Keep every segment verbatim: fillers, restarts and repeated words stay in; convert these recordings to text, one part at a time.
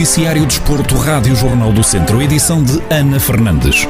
Noticiário Desporto, Rádio Jornal do Centro, edição de Ana Fernandes.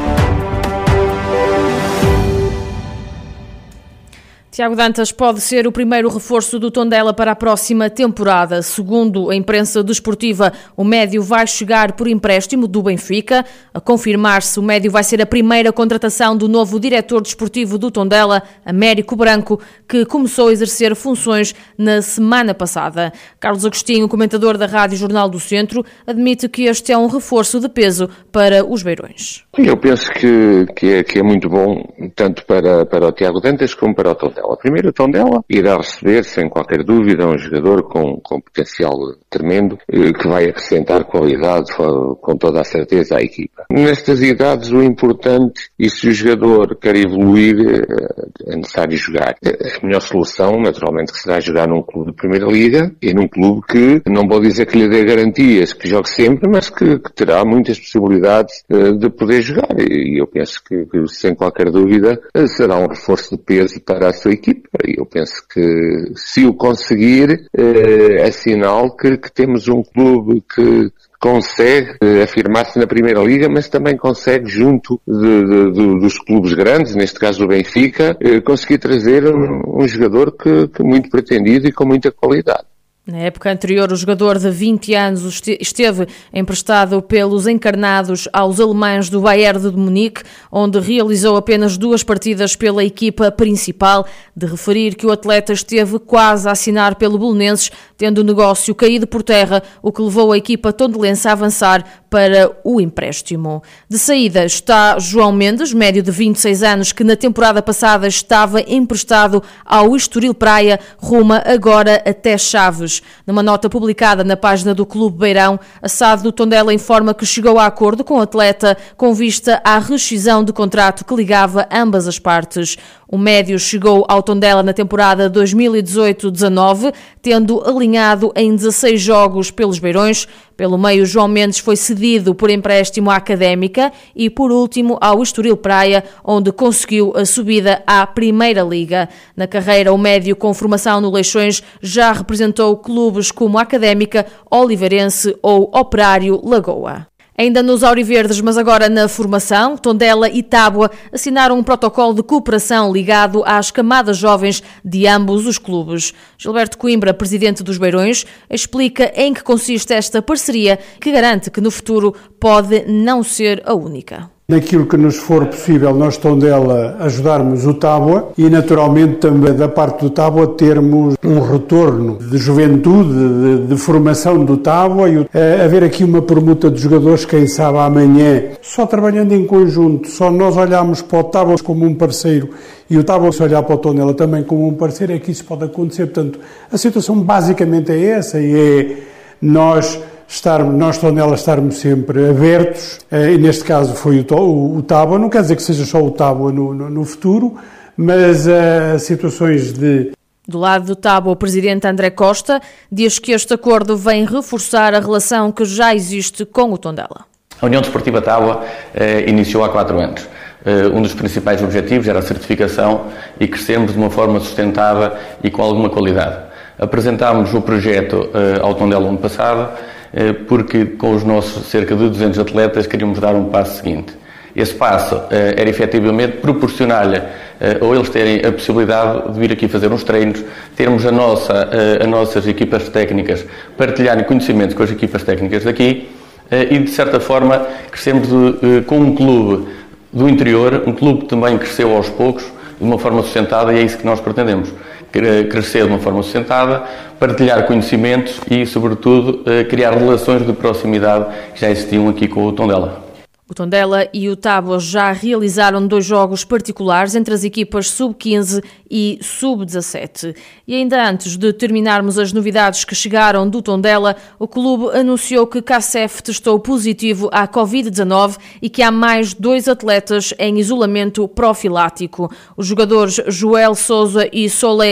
Tiago Dantas pode ser o primeiro reforço do Tondela para a próxima temporada. Segundo a imprensa desportiva, o médio vai chegar por empréstimo do Benfica. A confirmar-se, o médio vai ser a primeira contratação do novo diretor desportivo do Tondela, Américo Branco, que começou a exercer funções na semana passada. Carlos Agostinho, comentador da Rádio Jornal do Centro, admite que este é um reforço de peso para os beirões. Eu penso que, que, é, que é muito bom, tanto para, para o Tiago Dantas como para o Tondela. Primeiro, o Tondela irá receber, sem qualquer dúvida, um jogador com, com potencial tremendo, que vai acrescentar qualidade com toda a certeza à equipa. Nestas idades, o importante, e se o jogador quer evoluir, é necessário jogar. A melhor solução, naturalmente, que será jogar num clube de Primeira Liga e num clube que, não vou dizer que lhe dê garantias, que jogue sempre, mas que, que terá muitas possibilidades de poder jogar. E eu penso que, que, sem qualquer dúvida, será um reforço de peso para a sua equipa. Eu penso que, se o conseguir, é sinal que, que temos um clube que consegue afirmar-se na Primeira Liga, mas também consegue, junto de, de, de, dos clubes grandes, neste caso o Benfica, conseguir trazer um, um jogador que, que muito pretendido e com muita qualidade. Na época anterior, o jogador de vinte anos esteve emprestado pelos encarnados aos alemães do Bayern de Munique, onde realizou apenas duas partidas pela equipa principal. De referir que o atleta esteve quase a assinar pelo Belenenses, tendo o negócio caído por terra, o que levou a equipa tondelense a avançar para o empréstimo. De saída está João Mendes, médio de vinte e seis anos, que na temporada passada estava emprestado ao Estoril Praia, ruma agora até Chaves. Numa nota publicada na página do Clube Beirão, a S A D do Tondela informa que chegou a acordo com o atleta com vista à rescisão de contrato que ligava ambas as partes. O médio chegou ao Tondela na temporada dois mil e dezoito dezanove, tendo alinhado em dezasseis jogos pelos Beirões. Pelo meio, João Mendes foi cedido por empréstimo à Académica e, por último, ao Estoril Praia, onde conseguiu a subida à Primeira Liga. Na carreira, o médio com formação no Leixões já representou clubes como a Académica, Oliveirense ou Operário Lagoa. Ainda nos Auriverdes, mas agora na formação, Tondela e Tábua assinaram um protocolo de cooperação ligado às camadas jovens de ambos os clubes. Gilberto Coimbra, presidente dos Beirões, explica em que consiste esta parceria, que garante que no futuro pode não ser a única. Naquilo que nos for possível, nós Tondela ajudarmos o Tábua e naturalmente também da parte do Tábua termos um retorno de juventude, de, de formação do Tábua e é, haver aqui uma permuta de jogadores, quem sabe amanhã, só trabalhando em conjunto, só nós olharmos para o Tábua como um parceiro e o Tábua se olhar para o Tondela também como um parceiro, é que isso pode acontecer. Portanto, a situação basicamente é essa e é nós... Estar, nós, Tondela, estarmos sempre abertos, e neste caso foi o, o, o Tábua, não quer dizer que seja só o Tábua no, no, no futuro, mas uh, situações de... Do lado do Tábua, o presidente André Costa diz que este acordo vem reforçar a relação que já existe com o Tondela. A União Desportiva Tábua eh, iniciou há quatro anos. Eh, um dos principais objetivos era a certificação e crescermos de uma forma sustentada e com alguma qualidade. Apresentámos o projeto eh, ao Tondela ano passado, porque com os nossos cerca de duzentos atletas queríamos dar um passo seguinte. Esse passo era efetivamente proporcionar-lhe ou eles terem a possibilidade de vir aqui fazer uns treinos, termos a nossa, as nossas equipas técnicas, partilharem conhecimentos com as equipas técnicas daqui e, de certa forma, crescemos de, com um clube do interior, um clube que também cresceu aos poucos, de uma forma sustentada, e é isso que nós pretendemos. Crescer de uma forma sustentada, partilhar conhecimentos e, sobretudo, criar relações de proximidade que já existiam aqui com o Tondela. O Tondela e o Tábua já realizaram dois jogos particulares entre as equipas sub quinze e sub dezassete. E ainda antes de terminarmos as novidades que chegaram do Tondela, o clube anunciou que Kassef testou positivo à covid dezanove e que há mais dois atletas em isolamento profilático. Os jogadores Joel Sousa e Solé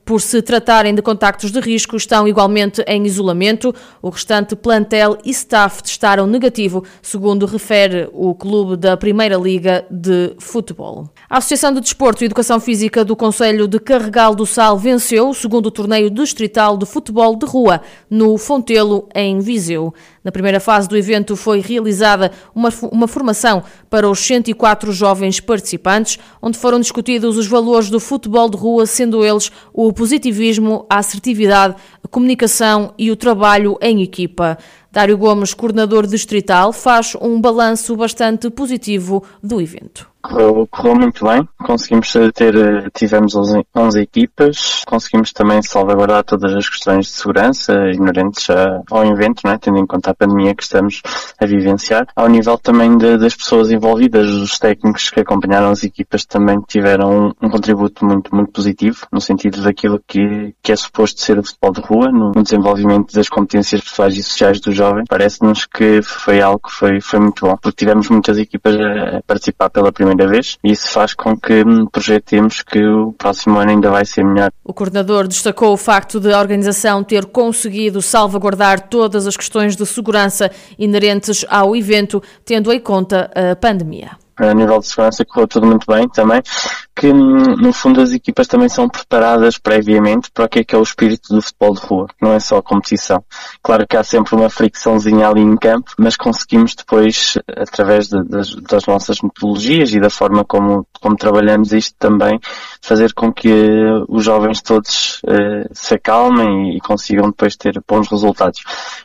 Por se tratarem de contactos de risco, estão igualmente em isolamento. O restante plantel e staff testaram negativo, segundo refere o clube da Primeira Liga de Futebol. A Associação de Desporto e Educação Física do Concelho de Carregal do Sal venceu o segundo torneio distrital de futebol de rua no Fontelo, em Viseu. Na primeira fase do evento foi realizada uma, uma formação para os cento e quatro jovens participantes, onde foram discutidos os valores do futebol de rua, sendo eles o positivismo, a assertividade, a comunicação e o trabalho em equipa. Dário Gomes, coordenador distrital, faz um balanço bastante positivo do evento. Correu, correu muito bem, conseguimos ter, tivemos onze equipas, conseguimos também salvaguardar todas as questões de segurança inerentes ao evento, não é? Tendo em conta a pandemia que estamos a vivenciar. Ao nível também de, das pessoas envolvidas, os técnicos que acompanharam as equipas também tiveram um, um contributo muito, muito positivo, no sentido daquilo que, que é suposto ser o futebol de rua, no, no desenvolvimento das competências pessoais e sociais do jovem. Parece-nos que foi algo que foi, foi muito bom, porque tivemos muitas equipas a participar pela primeira vez e isso faz com que projetemos que o próximo ano ainda vai ser melhor. O coordenador destacou o facto de a organização ter conseguido salvaguardar todas as questões de segurança inerentes ao evento, tendo em conta a pandemia. A nível de segurança correu tudo muito bem também, que no fundo as equipas também são preparadas previamente para o que é que é o espírito do futebol de rua, não é só a competição. Claro que há sempre uma fricçãozinha ali em campo, mas conseguimos depois, através de, das, das nossas metodologias e da forma como, como trabalhamos isto também, fazer com que os jovens todos uh, se acalmem e consigam depois ter bons resultados.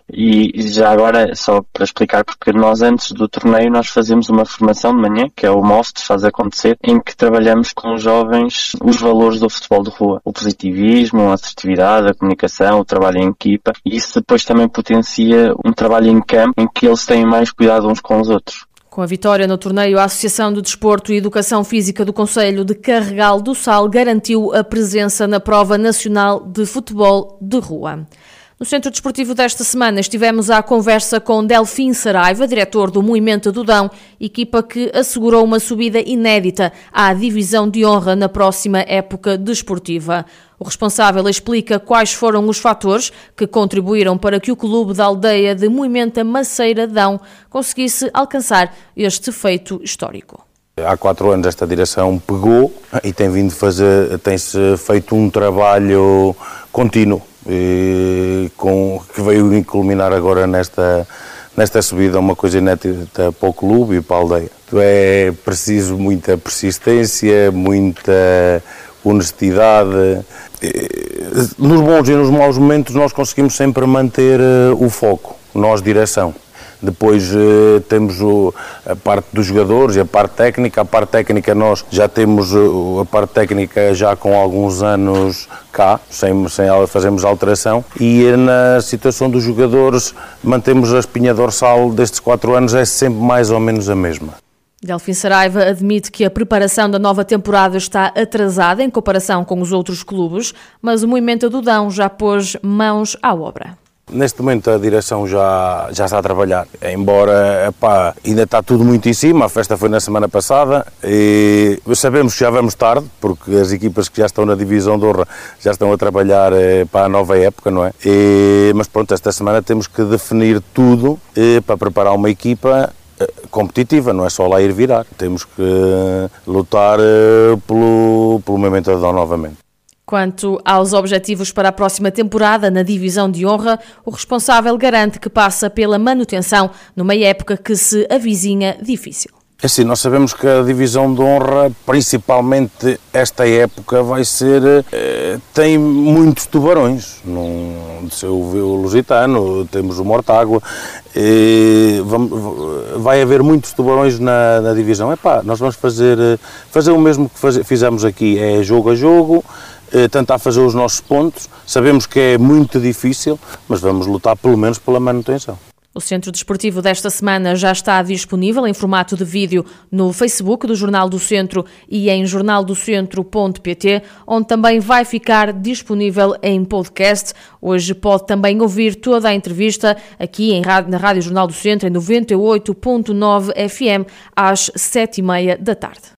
E já agora, só para explicar, porque nós antes do torneio nós fazemos uma formação de manhã, que é o M O F T, faz acontecer, em que trabalhamos com os jovens os valores do futebol de rua. O positivismo, a assertividade, a comunicação, o trabalho em equipa. E isso depois também potencia um trabalho em campo em que eles têm mais cuidado uns com os outros. Com a vitória no torneio, a Associação de Desporto e Educação Física do Concelho de Carregal do Sal garantiu a presença na Prova Nacional de Futebol de Rua. No Centro Desportivo desta semana estivemos à conversa com Delfim Saraiva, diretor do Movimento do Dão, equipa que assegurou uma subida inédita à divisão de honra na próxima época desportiva. O responsável explica quais foram os fatores que contribuíram para que o clube da aldeia de Moimenta Maceira Dão conseguisse alcançar este feito histórico. Há quatro anos esta direção pegou e tem vindo fazer, tem-se feito um trabalho contínuo. E com, que veio culminar agora nesta, nesta subida, uma coisa inédita para o clube e para a aldeia. É preciso muita persistência, muita honestidade. Nos bons e nos maus momentos nós conseguimos sempre manter o foco, nós direção. Depois eh, temos o, a parte dos jogadores e a parte técnica. A parte técnica nós já temos a parte técnica já com alguns anos cá, sem, sem fazermos alteração. E na situação dos jogadores mantemos a espinha dorsal destes quatro anos, é sempre mais ou menos a mesma. Delfim Saraiva admite que a preparação da nova temporada está atrasada em comparação com os outros clubes, mas o Movimento do Dão já pôs mãos à obra. Neste momento a direção já, já está a trabalhar, embora epá, ainda está tudo muito em cima. A festa foi na semana passada e sabemos que já vamos tarde, porque as equipas que já estão na divisão de honra já estão a trabalhar eh, para a nova época, não é? E, mas pronto, esta semana temos que definir tudo eh, para preparar uma equipa eh, competitiva, não é só lá ir virar. Temos que eh, lutar eh, pelo, pelo Movimento da Dão novamente. Quanto aos objetivos para a próxima temporada na divisão de honra, o responsável garante que passa pela manutenção numa época que se avizinha difícil. É assim, nós sabemos que a divisão de honra, principalmente esta época, vai ser, eh, tem muitos tubarões. Num, o Lusitano, temos o Mortágua, eh, vamos, vai haver muitos tubarões na, na divisão. Epá, nós vamos fazer, fazer o mesmo que faz, fizemos aqui, é jogo a jogo, tentar fazer os nossos pontos. Sabemos que é muito difícil, mas vamos lutar pelo menos pela manutenção. O Centro Desportivo desta semana já está disponível em formato de vídeo no Facebook do Jornal do Centro e em jornal do centro ponto pt, onde também vai ficar disponível em podcast. Hoje pode também ouvir toda a entrevista aqui em, na Rádio Jornal do Centro, em noventa e oito ponto nove F M, às sete e meia da tarde.